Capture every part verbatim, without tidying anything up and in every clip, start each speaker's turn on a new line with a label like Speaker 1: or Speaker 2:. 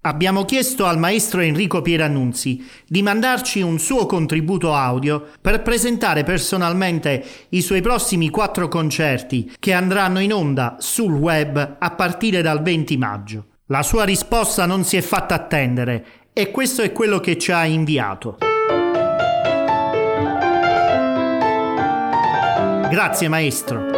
Speaker 1: Abbiamo chiesto al maestro Enrico Pierannunzi di mandarci un suo contributo audio per presentare personalmente i suoi prossimi quattro concerti che andranno in onda sul web a partire dal venti maggio. La sua risposta non si è fatta attendere e questo è quello che ci ha inviato. Grazie maestro.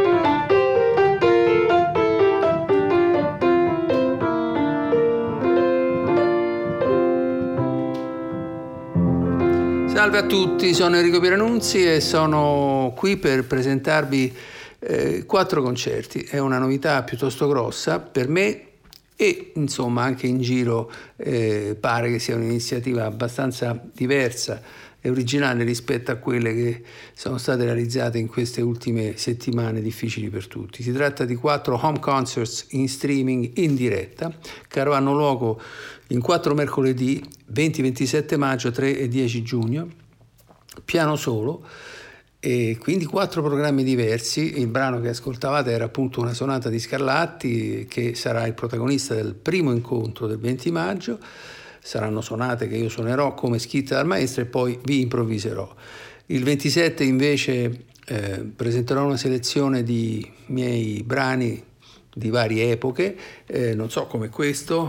Speaker 2: Salve a tutti, sono Enrico Pierannunzi e sono qui per presentarvi eh, quattro concerti. È una novità piuttosto grossa per me e insomma anche in giro eh, pare che sia un'iniziativa abbastanza diversa e originale rispetto a quelle che sono state realizzate in queste ultime settimane difficili per tutti. Si tratta di quattro home concerts in streaming in diretta che avranno luogo in quattro mercoledì, venti ventisette maggio, tre e dieci giugno, piano solo, e quindi quattro programmi diversi. Il brano che ascoltavate era appunto una sonata di Scarlatti, che sarà il protagonista del primo incontro del venti maggio. Saranno sonate che io suonerò come scritte dal maestro e poi vi improvviserò. Il ventisette invece eh, presenterò una selezione di miei brani di varie epoche, eh, non so come questo.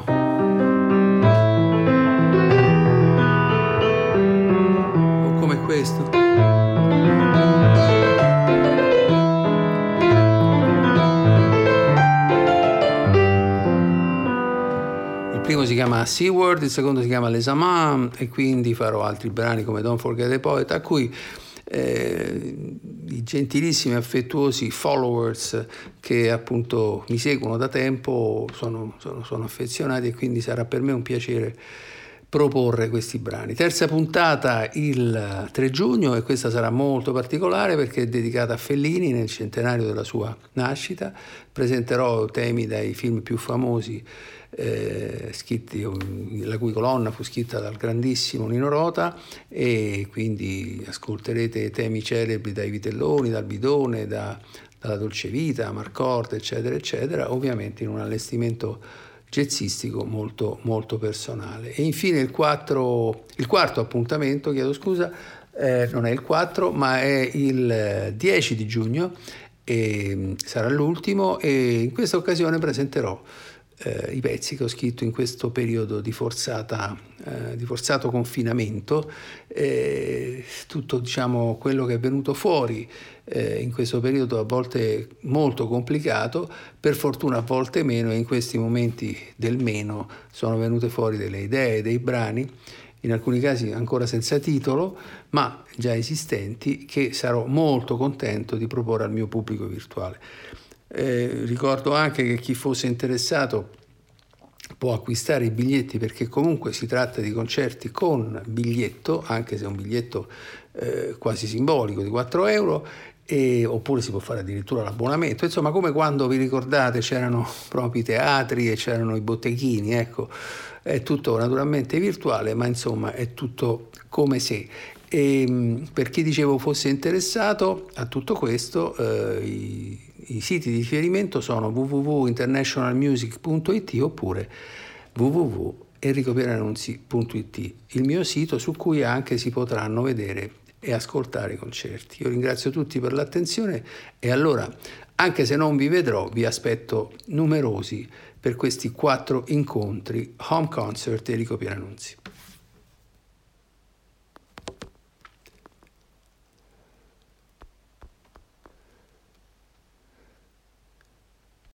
Speaker 2: Questo. Il primo si chiama Seaward, il secondo si chiama Les Amants e quindi farò altri brani come Don't Forget the Poet, a cui eh, i gentilissimi affettuosi followers che appunto mi seguono da tempo sono, sono, sono affezionati, e quindi sarà per me un piacere proporre questi brani. Terza puntata il tre giugno, e questa sarà molto particolare perché è dedicata a Fellini nel centenario della sua nascita. Presenterò temi dai film più famosi eh, scritti, la cui colonna fu scritta dal grandissimo Nino Rota, e quindi ascolterete temi celebri dai Vitelloni, dal Bidone, da, dalla Dolce Vita, Marcord, eccetera eccetera, ovviamente in un allestimento jazzistico molto molto personale. E infine il, quattro, il quarto appuntamento, chiedo scusa, eh, non è il quattro ma è il dieci di giugno, e sarà l'ultimo, e in questa occasione presenterò eh, i pezzi che ho scritto in questo periodo di, forzata, eh, di forzato confinamento, eh, tutto diciamo quello che è venuto fuori Eh, in questo periodo a volte molto complicato, per fortuna a volte meno, e in questi momenti del meno sono venute fuori delle idee, dei brani, in alcuni casi ancora senza titolo, ma già esistenti, che sarò molto contento di proporre al mio pubblico virtuale. Eh, ricordo anche che chi fosse interessato può acquistare i biglietti, perché comunque si tratta di concerti con biglietto, anche se è un biglietto eh, quasi simbolico di quattro euro, e, oppure si può fare addirittura l'abbonamento, insomma come quando vi ricordate c'erano proprio i teatri e c'erano i botteghini, ecco, è tutto naturalmente virtuale, ma insomma è tutto come se. E per chi dicevo fosse interessato a tutto questo, eh, i, i siti di riferimento sono w w w punto international music punto i t oppure w w w punto enrico pierannunzi punto i t, il mio sito su cui anche si potranno vedere e ascoltare i concerti. Io ringrazio tutti per l'attenzione, e allora, anche se non vi vedrò, vi aspetto numerosi per questi quattro incontri home concert Enrico Pierannunzi.